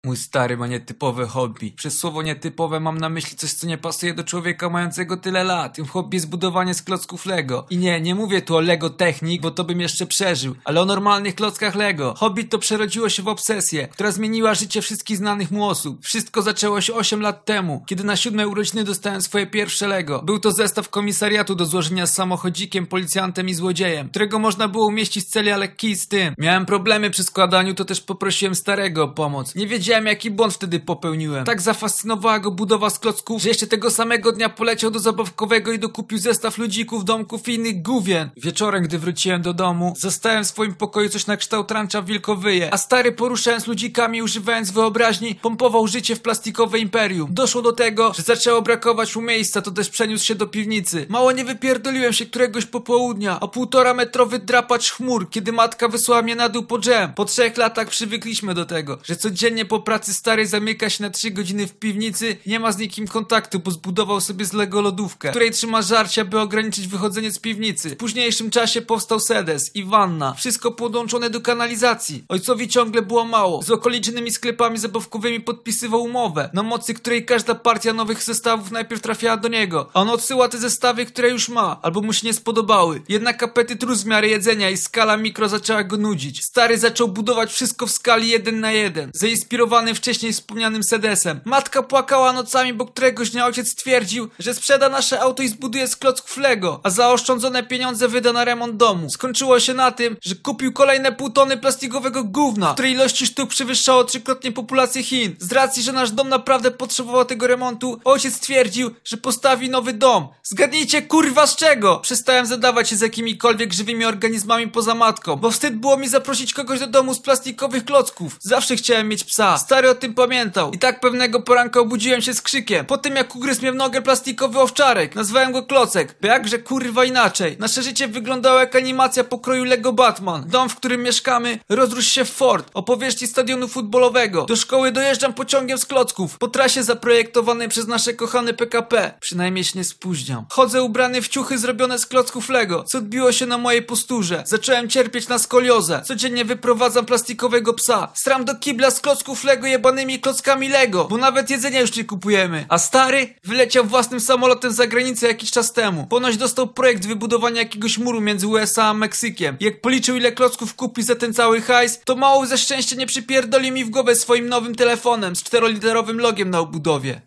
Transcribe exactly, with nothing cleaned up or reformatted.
Mój stary ma nietypowe hobby. Przez słowo nietypowe mam na myśli coś, co nie pasuje do człowieka mającego tyle lat. Tym hobby jest budowanie z klocków Lego. I nie, nie mówię tu o Lego Technik, bo to bym jeszcze przeżył, ale o normalnych klockach Lego. Hobby to przerodziło się w obsesję, która zmieniła życie wszystkich znanych mu osób. Wszystko zaczęło się osiem lat temu, kiedy na siódme urodziny dostałem swoje pierwsze Lego. Był to zestaw komisariatu do złożenia z samochodzikiem, policjantem i złodziejem, którego można było umieścić w celi, ale kij z tym. Miałem problemy przy składaniu, to też poprosiłem starego o pomoc. Nie wiedziałem, Wiedziałem, jaki błąd wtedy popełniłem. Tak zafascynowała go budowa z klocków, że jeszcze tego samego dnia poleciał do zabawkowego i dokupił zestaw ludzików, domków i innych gówien. Wieczorem, gdy wróciłem do domu, zastałem w swoim pokoju coś na kształt rancza Wilkowyje, a stary, poruszając ludzikami i używając wyobraźni, pompował życie w plastikowe imperium. Doszło do tego, że zaczęło brakować mu miejsca, to też przeniósł się do piwnicy. Mało nie wypierdoliłem się któregoś popołudnia o półtora metrowy drapacz chmur, kiedy matka wysłała mnie na dół po dżem. Po trzech latach przywykliśmy do tego, że codziennie po pracy stary zamyka się na trzy godziny w piwnicy i nie ma z nikim kontaktu, bo zbudował sobie z Lego lodówkę, w której trzyma żarcia, by ograniczyć wychodzenie z piwnicy. W późniejszym czasie powstał sedes i wanna. Wszystko podłączone do kanalizacji. Ojcowi ciągle było mało. Z okolicznymi sklepami zabawkowymi podpisywał umowę, na mocy której każda partia nowych zestawów najpierw trafiała do niego, a on odsyła te zestawy, które już ma, albo mu się nie spodobały. Jednak apetyt rósł w miarę jedzenia i skala mikro zaczęła go nudzić. Stary zaczął budować wszystko w skali jeden na jeden. Zainspirowany wcześniej wspomnianym sedesem. Matka płakała nocami, bo któregoś dnia ojciec stwierdził, że sprzeda nasze auto i zbuduje z klocków Lego, a zaoszczędzone pieniądze wyda na remont domu. Skończyło się na tym, że kupił kolejne pół tony plastikowego gówna, której ilości sztuk przewyższało trzykrotnie populację Chin. Z racji, że nasz dom naprawdę potrzebował tego remontu, ojciec stwierdził, że postawi nowy dom. Zgadnijcie, kurwa, z czego? Przestałem zadawać się z jakimikolwiek żywymi organizmami poza matką, bo wstyd było mi zaprosić kogoś do domu z plastikowych klocków. Zawsze chciałem mieć psa. Stary o tym pamiętał. I tak pewnego poranka obudziłem się z krzykiem. Po tym, jak ugryzł mnie w nogę plastikowy owczarek. Nazwałem go Klocek. Bo jakże kurwa inaczej. Nasze życie wyglądało jak animacja pokroju Lego Batman. Dom, w którym mieszkamy, rozrósł się w fort o powierzchni stadionu futbolowego. Do szkoły dojeżdżam pociągiem z klocków. Po trasie zaprojektowanej przez nasze kochane P K P. Przynajmniej się nie spóźniam. Chodzę ubrany w ciuchy zrobione z klocków Lego, co odbiło się na mojej posturze. Zacząłem cierpieć na skoliozę. Codziennie wyprowadzam plastikowego psa. Sram do kibla z klocków Lego jebanymi klockami Lego, bo nawet jedzenia już nie kupujemy. A stary wyleciał własnym samolotem za granicę jakiś czas temu. Ponoć dostał projekt wybudowania jakiegoś muru między U S A a Meksykiem. Jak policzył, ile klocków kupi za ten cały hajs, to mało ze szczęścia nie przypierdoli mi w głowę swoim nowym telefonem z czteroliterowym logiem na obudowie.